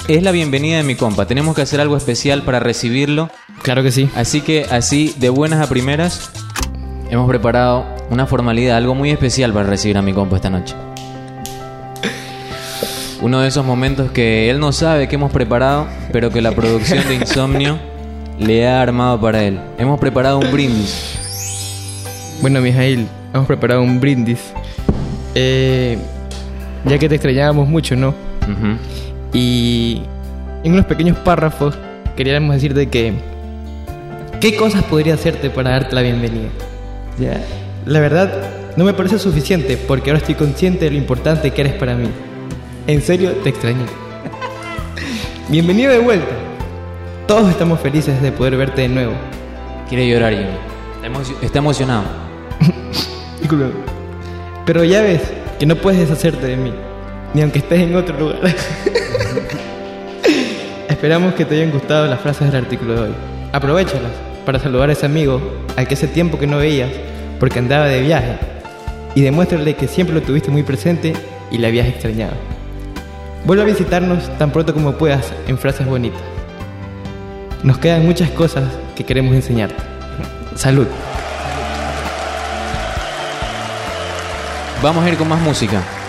es la bienvenida de mi compa. Tenemos que hacer algo especial para recibirlo. Claro que sí. Así que, así, de buenas a primeras, hemos preparado una formalidad, algo muy especial para recibir a mi compa esta noche. Uno de esos momentos que él no sabe que hemos preparado, pero que la producción de Insomnio le ha armado para él. Hemos preparado un brindis. Bueno, Mijail, hemos preparado un brindis. Ya que te extrañábamos mucho, ¿no? Uh-huh. Y en unos pequeños párrafos queríamos decirte que ¿qué cosas podría hacerte para darte la bienvenida? ¿Ya? La verdad, no me parece suficiente porque ahora estoy consciente de lo importante que eres para mí. En serio, te extrañé. Bienvenido de vuelta. Todos estamos felices de poder verte de nuevo. Quiere llorar, Jimmy. Está emocionado. Disculpe. Pero ya ves que no puedes deshacerte de mí, ni aunque estés en otro lugar. Esperamos que te hayan gustado las frases del artículo de hoy. Aprovéchalas para saludar a ese amigo al que hace tiempo que no veías porque andaba de viaje, y demuéstrale que siempre lo tuviste muy presente y le habías extrañado. Vuelve a visitarnos tan pronto como puedas en frases bonitas. Nos quedan muchas cosas que queremos enseñarte. Salud. Vamos a ir con más música.